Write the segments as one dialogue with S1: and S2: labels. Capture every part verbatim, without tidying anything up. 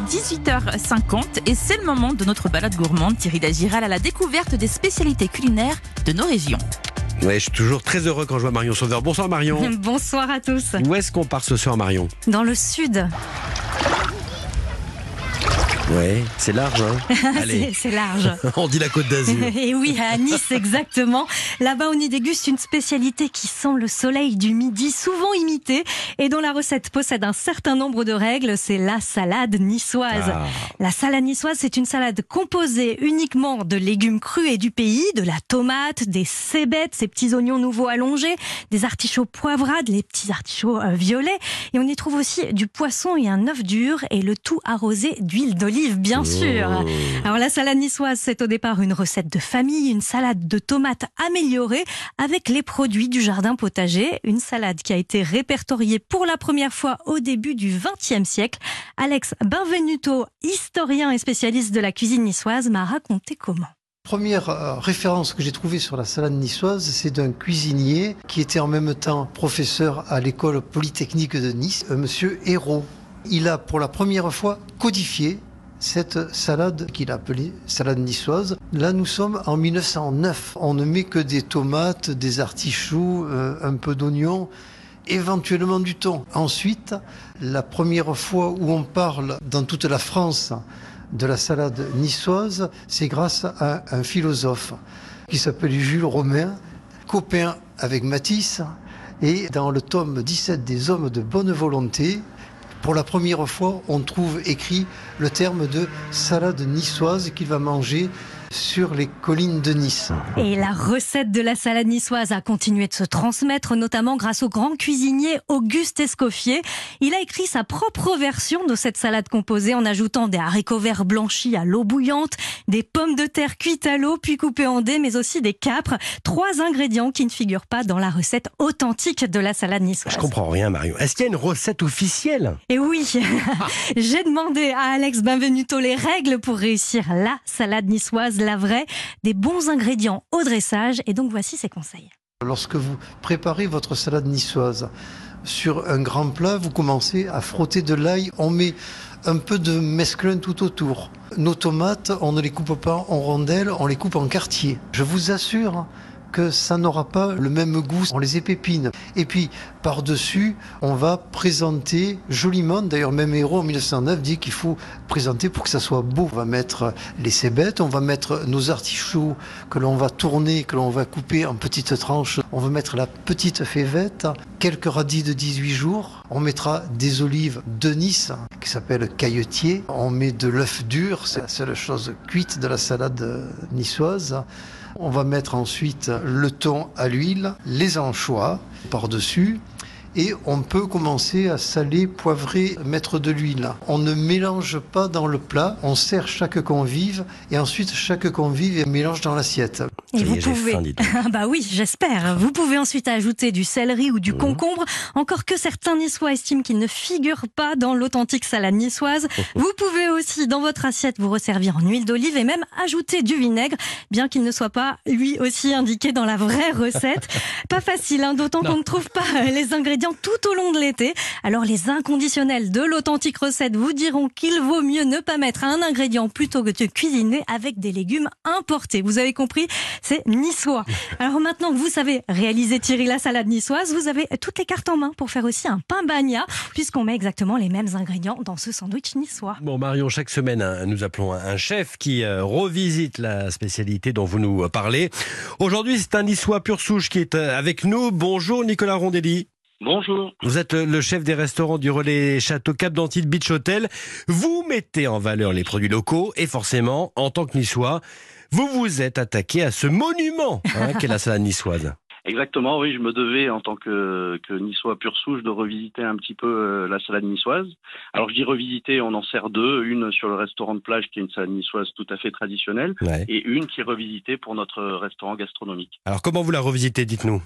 S1: dix-huit heures cinquante et c'est le moment de notre balade gourmande. Thierry Dagiral à la découverte des spécialités culinaires de nos régions.
S2: Ouais, je suis toujours très heureux quand je vois Marion Sauveur. Bonsoir Marion.
S3: Bonsoir à tous.
S2: Où est-ce qu'on part ce soir Marion?
S3: Dans le sud.
S2: Ouais, c'est large, hein.
S3: c'est, c'est large.
S2: On dit la Côte d'Azur.
S3: Et oui, à Nice, exactement. Là-bas, on y déguste une spécialité qui sent le soleil du midi, souvent imitée, et dont la recette possède un certain nombre de règles. C'est la salade niçoise. Ah. La salade niçoise, c'est une salade composée uniquement de légumes crus et du pays, de la tomate, des cébettes, ces petits oignons nouveaux allongés, des artichauts poivrades, les petits artichauts euh, violets. Et on y trouve aussi du poisson et un œuf dur, et le tout arrosé d'huile d'olive. Bien sûr. Oh. Alors la salade niçoise, c'est au départ une recette de famille, une salade de tomates améliorée avec les produits du jardin potager. Une salade qui a été répertoriée pour la première fois au début du vingtième siècle. Alex Benvenuto, historien et spécialiste de la cuisine niçoise, m'a raconté comment.
S4: Première euh, référence que j'ai trouvée sur la salade niçoise, c'est d'un cuisinier qui était en même temps professeur à l'école polytechnique de Nice, euh, monsieur Hérault. Il a pour la première fois codifié cette salade qu'il a appelée salade niçoise. Là, nous sommes en mille neuf cent neuf. On ne met que des tomates, des artichauts, euh, un peu d'oignons, éventuellement du thon. Ensuite, la première fois où on parle dans toute la France de la salade niçoise, c'est grâce à un philosophe qui s'appelle Jules Romain, copain avec Matisse. Et dans le tome dix-sept des Hommes de bonne volonté, pour la première fois, on trouve écrit le terme de salade niçoise qu'il va manger sur les collines de Nice.
S3: Et la recette de la salade niçoise a continué de se transmettre, notamment grâce au grand cuisinier Auguste Escoffier. Il a écrit sa propre version de cette salade composée en ajoutant des haricots verts blanchis à l'eau bouillante, des pommes de terre cuites à l'eau puis coupées en dés, mais aussi des capres. Trois ingrédients qui ne figurent pas dans la recette authentique de la salade niçoise.
S2: Je comprends rien, Marion. Est-ce qu'il y a une recette officielle?
S3: Et oui, j'ai demandé à Alex Benvenuto les règles pour réussir la salade niçoise, la vraie, des bons ingrédients au dressage, et donc voici ses conseils.
S4: Lorsque vous préparez votre salade niçoise sur un grand plat, vous commencez à frotter de l'ail, on met un peu de mesclun tout autour. Nos tomates, on ne les coupe pas en rondelles, on les coupe en quartiers. Je vous assure que ça n'aura pas le même goût, on les épépine. Et puis, par-dessus, on va présenter joliment, d'ailleurs même Hérault en mille neuf cent neuf dit qu'il faut présenter pour que ça soit beau. On va mettre les cébettes, on va mettre nos artichauts que l'on va tourner, que l'on va couper en petites tranches. On va mettre la petite févette, quelques radis de dix-huit jours. On mettra des olives de Nice, qui s'appellent cailletier. On met de l'œuf dur, c'est la seule chose cuite de la salade niçoise. On va mettre ensuite le thon à l'huile, les anchois par-dessus. Et on peut commencer à saler, poivrer, mettre de l'huile. On ne mélange pas dans le plat, on sert chaque convive et ensuite chaque convive mélange dans l'assiette.
S3: Et vous pouvez, faim, bah oui, j'espère. Vous pouvez ensuite ajouter du céleri ou du mmh. concombre, encore que certains Niçois estiment qu'il ne figure pas dans l'authentique salade niçoise. Vous pouvez aussi, dans votre assiette, vous resservir en huile d'olive et même ajouter du vinaigre, bien qu'il ne soit pas lui aussi indiqué dans la vraie recette. Pas facile, hein, d'autant non. qu'on ne trouve pas les ingrédients tout au long de l'été. Alors les inconditionnels de l'authentique recette vous diront qu'il vaut mieux ne pas mettre un ingrédient plutôt que de cuisiner avec des légumes importés. Vous avez compris, c'est niçois. Alors maintenant que vous savez réaliser Thierry la salade niçoise, vous avez toutes les cartes en main pour faire aussi un pain bagna, puisqu'on met exactement les mêmes ingrédients dans ce sandwich niçois.
S2: Bon Marion, chaque semaine hein, nous appelons un chef qui euh, revisite la spécialité dont vous nous parlez. Aujourd'hui c'est un niçois pur souche qui est euh, avec nous. Bonjour Nicolas Rondelli.
S5: Bonjour.
S2: Vous êtes le chef des restaurants du Relais Château Cap d'Antibes Beach Hotel. Vous mettez en valeur les produits locaux et forcément, en tant que niçois, vous vous êtes attaqué à ce monument hein, qu'est la salade niçoise.
S5: Exactement, oui, je me devais en tant que, que niçois pur souche de revisiter un petit peu euh, la salade niçoise. Alors je dis revisiter, on en sert deux, une sur le restaurant de plage qui est une salade niçoise tout à fait traditionnelle ouais. et une qui est revisitée pour notre restaurant gastronomique.
S2: Alors comment vous la revisitez, dites-nous?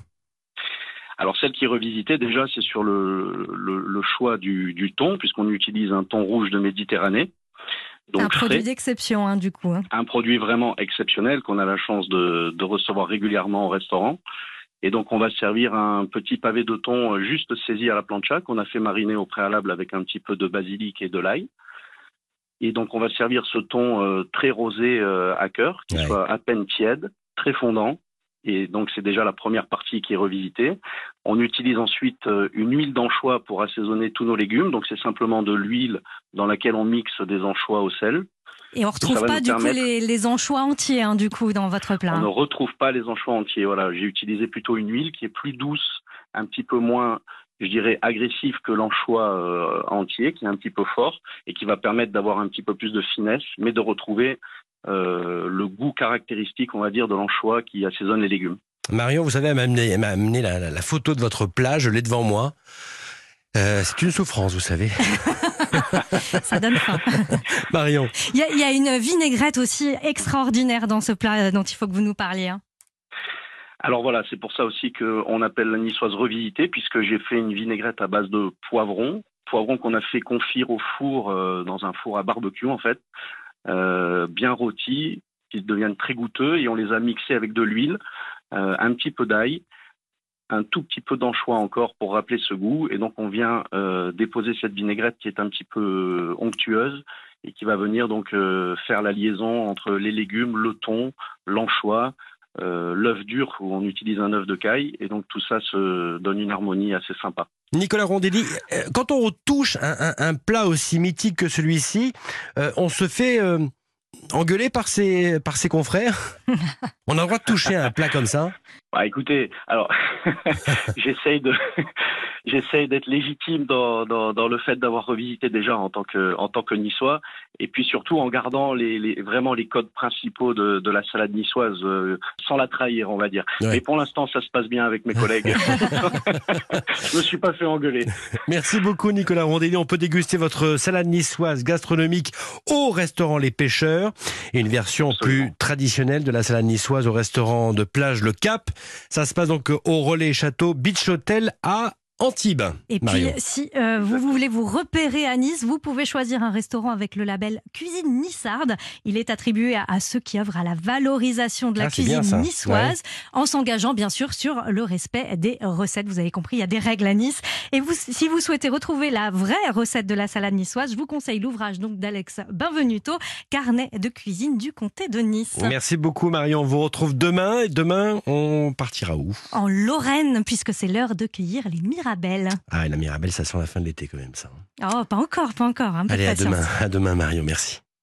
S5: Alors celle qui est revisitée, déjà, c'est sur le, le, le choix du, du thon, puisqu'on utilise un thon rouge de Méditerranée.
S3: Donc un produit frais, d'exception, hein, du coup. Hein.
S5: Un produit vraiment exceptionnel qu'on a la chance de, de recevoir régulièrement au restaurant. Et donc on va servir un petit pavé de thon juste saisi à la plancha, qu'on a fait mariner au préalable avec un petit peu de basilic et de l'ail. Et donc on va servir ce thon euh, très rosé euh, à cœur, qui
S2: Ouais.
S5: soit à peine tiède, très fondant. Et donc c'est déjà la première partie qui est revisitée. On utilise ensuite euh, une huile d'anchois pour assaisonner tous nos légumes. Donc c'est simplement de l'huile dans laquelle on mixe des anchois au sel.
S3: Et on retrouve
S5: ça va
S3: pas
S5: nous
S3: du
S5: permettre-
S3: coup les, les anchois entiers hein, du coup dans votre plat.
S5: On ne retrouve pas les anchois entiers. Voilà, j'ai utilisé plutôt une huile qui est plus douce, un petit peu moins, je dirais, agressive que l'anchois euh, entier, qui est un petit peu fort et qui va permettre d'avoir un petit peu plus de finesse, mais de retrouver euh, le goût caractéristique, on va dire, de l'anchois qui assaisonne les légumes.
S2: Marion, vous savez, elle m'a amené, elle m'a amené la, la- la photo de votre plat, je l'ai devant moi. Euh, c'est une souffrance, vous savez.
S3: Ça donne faim.
S2: Marion.
S3: Il y, a, il y a une vinaigrette aussi extraordinaire dans ce plat dont il faut que vous nous parliez. hein.
S5: Alors voilà, c'est pour ça aussi qu'on appelle la niçoise revisitée, puisque j'ai fait une vinaigrette à base de poivrons, poivrons qu'on a fait confire au four, euh, dans un four à barbecue en fait, euh, bien rôtis, qui deviennent très goûteux, et on les a mixés avec de l'huile, euh, un petit peu d'ail, un tout petit peu d'anchois encore pour rappeler ce goût, et donc on vient euh, déposer cette vinaigrette qui est un petit peu onctueuse et qui va venir donc euh, faire la liaison entre les légumes, le thon, l'anchois, euh, l'œuf dur où on utilise un œuf de caille, et donc tout ça se donne une harmonie assez sympa.
S2: Nicolas Rondelli, euh, quand on retouche un, un- un plat aussi mythique que celui-ci, euh, on se fait euh, engueuler par ses, par ses confrères. On a le droit de toucher un plat comme ça.
S5: Bah écoutez, alors j'essaye de j'essaye d'être légitime dans, dans, dans le fait d'avoir revisité déjà en tant que en tant que niçois, et puis surtout en gardant les, les vraiment les codes principaux de, de la salade niçoise, euh, sans la trahir, on va dire.
S2: Ouais.
S5: Mais pour l'instant, ça se passe bien avec mes collègues. Je me suis pas fait engueuler.
S2: Merci beaucoup Nicolas Rondelli. On peut déguster votre salade niçoise gastronomique au restaurant Les Pêcheurs et une version
S5: Absolument.
S2: plus traditionnelle de la salade niçoise au restaurant de plage Le Cap. Ça se passe donc au Relais Château Beach Hotel à Antibes.
S3: Et puis,
S2: Marion.
S3: si euh, vous voulez vous repérer à Nice, vous pouvez choisir un restaurant avec le label Cuisine Nissarde. Il est attribué à, à ceux qui œuvrent à la valorisation de la
S2: Ah, c'est bien,
S3: cuisine
S2: ça.
S3: niçoise, en s'engageant bien sûr sur le respect des recettes. Vous avez compris, il y a des règles à Nice. Et vous, si vous souhaitez retrouver la vraie recette de la salade niçoise, je vous conseille l'ouvrage donc d'Alex Benvenuto, Carnet de cuisine du comté de Nice.
S2: Merci beaucoup Marion. On vous retrouve demain. Et demain, on partira où?
S3: En Lorraine, puisque c'est l'heure de cueillir les mirabelles.
S2: Ah, la Mirabelle, ça sent la fin de l'été quand même, ça.
S3: Oh, pas encore, pas encore. Un peu de
S2: Allez, à
S3: patience.
S2: demain. À demain Marion, merci.